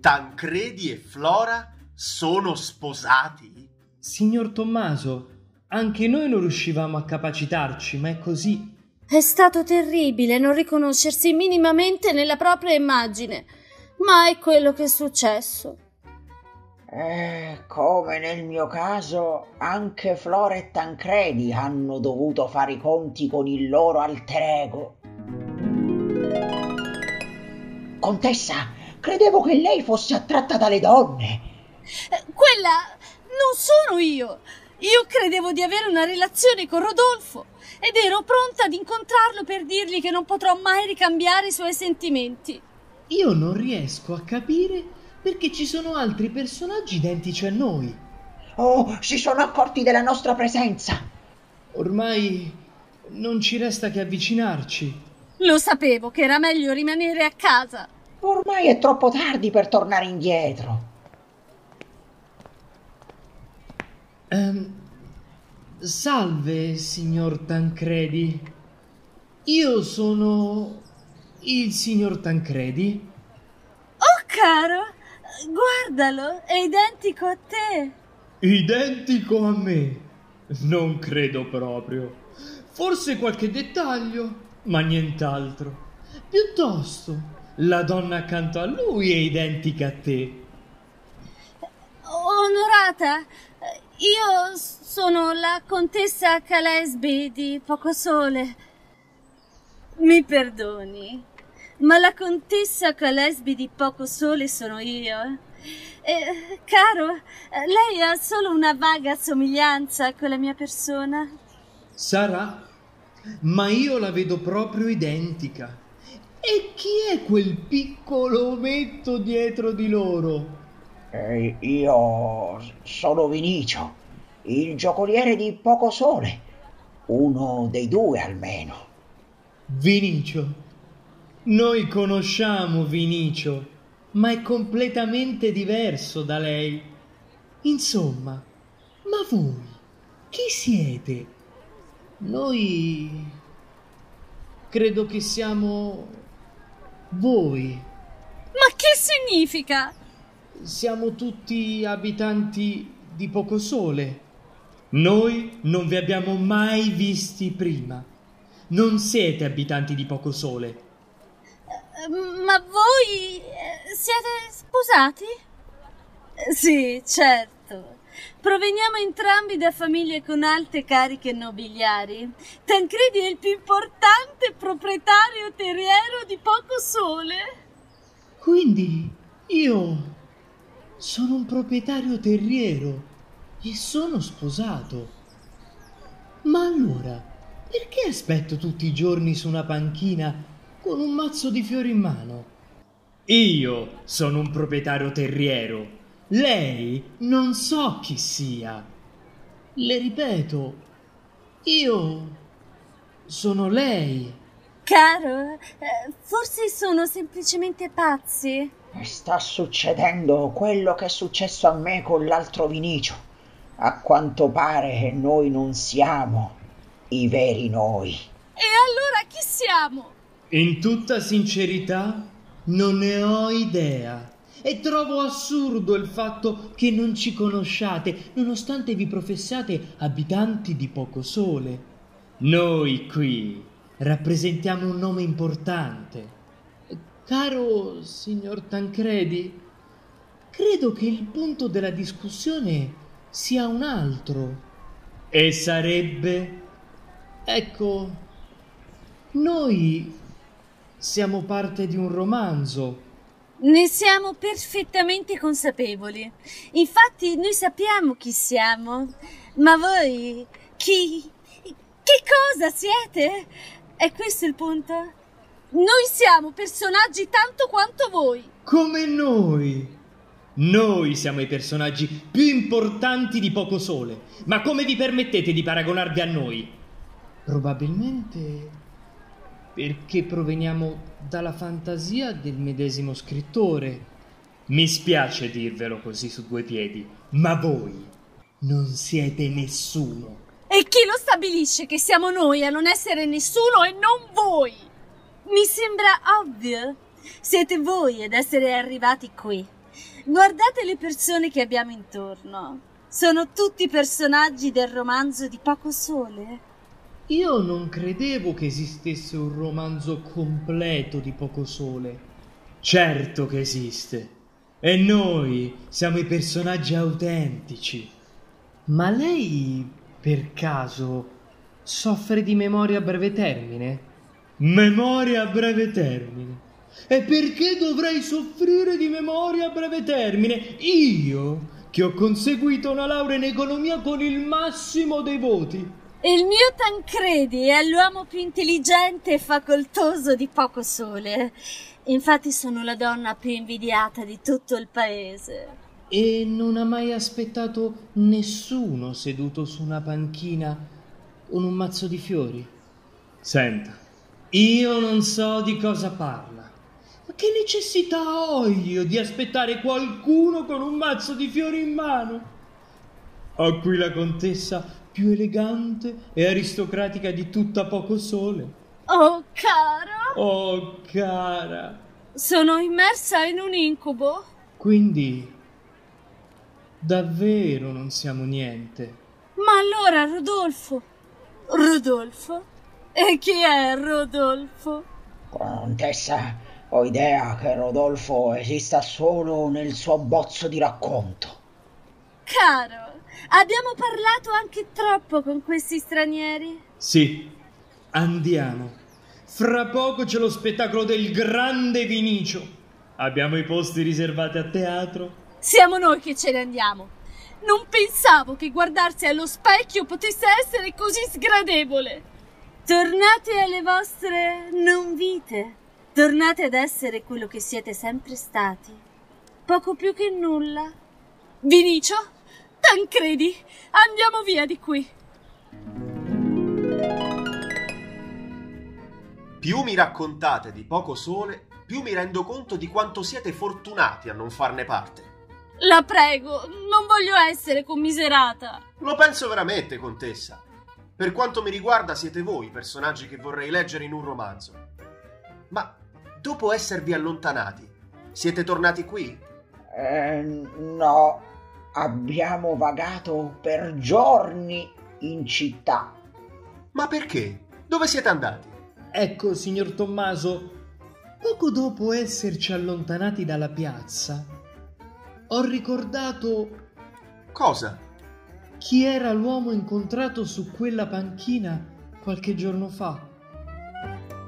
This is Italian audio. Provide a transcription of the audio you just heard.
Tancredi e Flora sono sposati? Signor Tommaso, anche noi non riuscivamo a capacitarci, ma è così. È stato terribile non riconoscersi minimamente nella propria immagine, ma è quello che è successo. Come nel mio caso, anche Flora e Tancredi hanno dovuto fare i conti con il loro alter ego. Contessa, credevo che lei fosse attratta dalle donne. Quella non sono io. Io credevo di avere una relazione con Rodolfo ed ero pronta ad incontrarlo per dirgli che non potrò mai ricambiare i suoi sentimenti. Io non riesco a capire perché ci sono altri personaggi identici a noi. Oh, si sono accorti della nostra presenza. Ormai non ci resta che avvicinarci. Lo sapevo che era meglio rimanere a casa. Ormai è troppo tardi per tornare indietro. Salve, signor Tancredi. Io sono il signor Tancredi. Oh, caro, guardalo, è identico a te. Identico a me? Non credo proprio. Forse qualche dettaglio, ma nient'altro. Piuttosto, la donna accanto a lui è identica a te. Onorata, io sono la contessa Calesby di Pocosole. Mi perdoni, ma la contessa Calesby di Pocosole sono io. Caro, lei ha solo una vaga somiglianza con la mia persona. Sarà, ma io la vedo proprio identica. E chi è quel piccolo ometto dietro di loro? Io sono Vinicio, il giocoliere di Pocosole. Uno dei due almeno. Vinicio. Noi conosciamo Vinicio, ma è completamente diverso da lei. Insomma, ma voi chi siete? Noi credo che siamo voi. Ma che significa? Siamo tutti abitanti di Pocosole. Noi non vi abbiamo mai visti prima. Non siete abitanti di Pocosole. Ma voi siete sposati? Sì, certo. Proveniamo entrambi da famiglie con alte cariche nobiliari. Tancredi è il più importante proprietario terriero di Pocosole. Quindi io sono un proprietario terriero e sono sposato. Ma allora, perché aspetto tutti i giorni su una panchina con un mazzo di fiori in mano? Io sono un proprietario terriero. Lei non so chi sia. Le ripeto, io sono lei. Caro, forse sono semplicemente pazzi. Sta succedendo quello che è successo a me con l'altro Vinicio. A quanto pare noi non siamo i veri noi. E allora chi siamo? In tutta sincerità, non ne ho idea. E trovo assurdo il fatto che non ci conosciate, nonostante vi professiate abitanti di Pocosole. Noi qui rappresentiamo un nome importante. Caro signor Tancredi, credo che il punto della discussione sia un altro. E sarebbe... Ecco, noi siamo parte di un romanzo. Ne siamo perfettamente consapevoli. Infatti noi sappiamo chi siamo. Ma voi chi? Che cosa siete? È questo il punto? Noi siamo personaggi tanto quanto voi. Come noi. Noi siamo i personaggi più importanti di Pocosole. Ma come vi permettete di paragonarvi a noi? Probabilmente perché proveniamo dalla fantasia del medesimo scrittore. Mi spiace dirvelo così su due piedi, ma voi non siete nessuno. E chi lo stabilisce che siamo noi a non essere nessuno e non voi? Mi sembra ovvio. Siete voi ad essere arrivati qui. Guardate le persone che abbiamo intorno. Sono tutti personaggi del romanzo di Poco Sole. Io non credevo che esistesse un romanzo completo di Poco Sole. Certo che esiste. E noi siamo i personaggi autentici. Ma lei, per caso, soffre di memoria a breve termine? Memoria a breve termine? E perché dovrei soffrire di memoria a breve termine? Io, che ho conseguito una laurea in economia con il massimo dei voti. Il mio Tancredi è l'uomo più intelligente e facoltoso di Poco Sole. Infatti sono la donna più invidiata di tutto il paese. E non ha mai aspettato nessuno seduto su una panchina con un mazzo di fiori? Senta, io non so di cosa parla. Ma che necessità ho io di aspettare qualcuno con un mazzo di fiori in mano? Ho qui la contessa più elegante e aristocratica di tutta Poco Sole. Oh, caro! Oh, cara! Sono immersa in un incubo. Quindi, davvero non siamo niente. Ma allora Rodolfo? Rodolfo? E chi è Rodolfo? Contessa, ho idea che Rodolfo esista solo nel suo bozzo di racconto. Caro, abbiamo parlato anche troppo con questi stranieri. Sì, andiamo. Fra poco c'è lo spettacolo del grande Vinicio. Abbiamo i posti riservati a teatro. Siamo noi che ce ne andiamo. Non pensavo che guardarsi allo specchio potesse essere così sgradevole. Tornate alle vostre non vite. Tornate ad essere quello che siete sempre stati. Poco più che nulla. Vinicio? Tancredi? Andiamo via di qui. Più mi raccontate di Poco Sole, più mi rendo conto di quanto siete fortunati a non farne parte. La prego, non voglio essere commiserata. Lo penso veramente, contessa. Per quanto mi riguarda siete voi i personaggi che vorrei leggere in un romanzo. Ma dopo esservi allontanati, siete tornati qui? No, abbiamo vagato per giorni in città. Ma perché? Dove siete andati? Ecco, signor Tommaso, poco dopo esserci allontanati dalla piazza, ho ricordato Cosa? chi era l'uomo incontrato su quella panchina qualche giorno fa.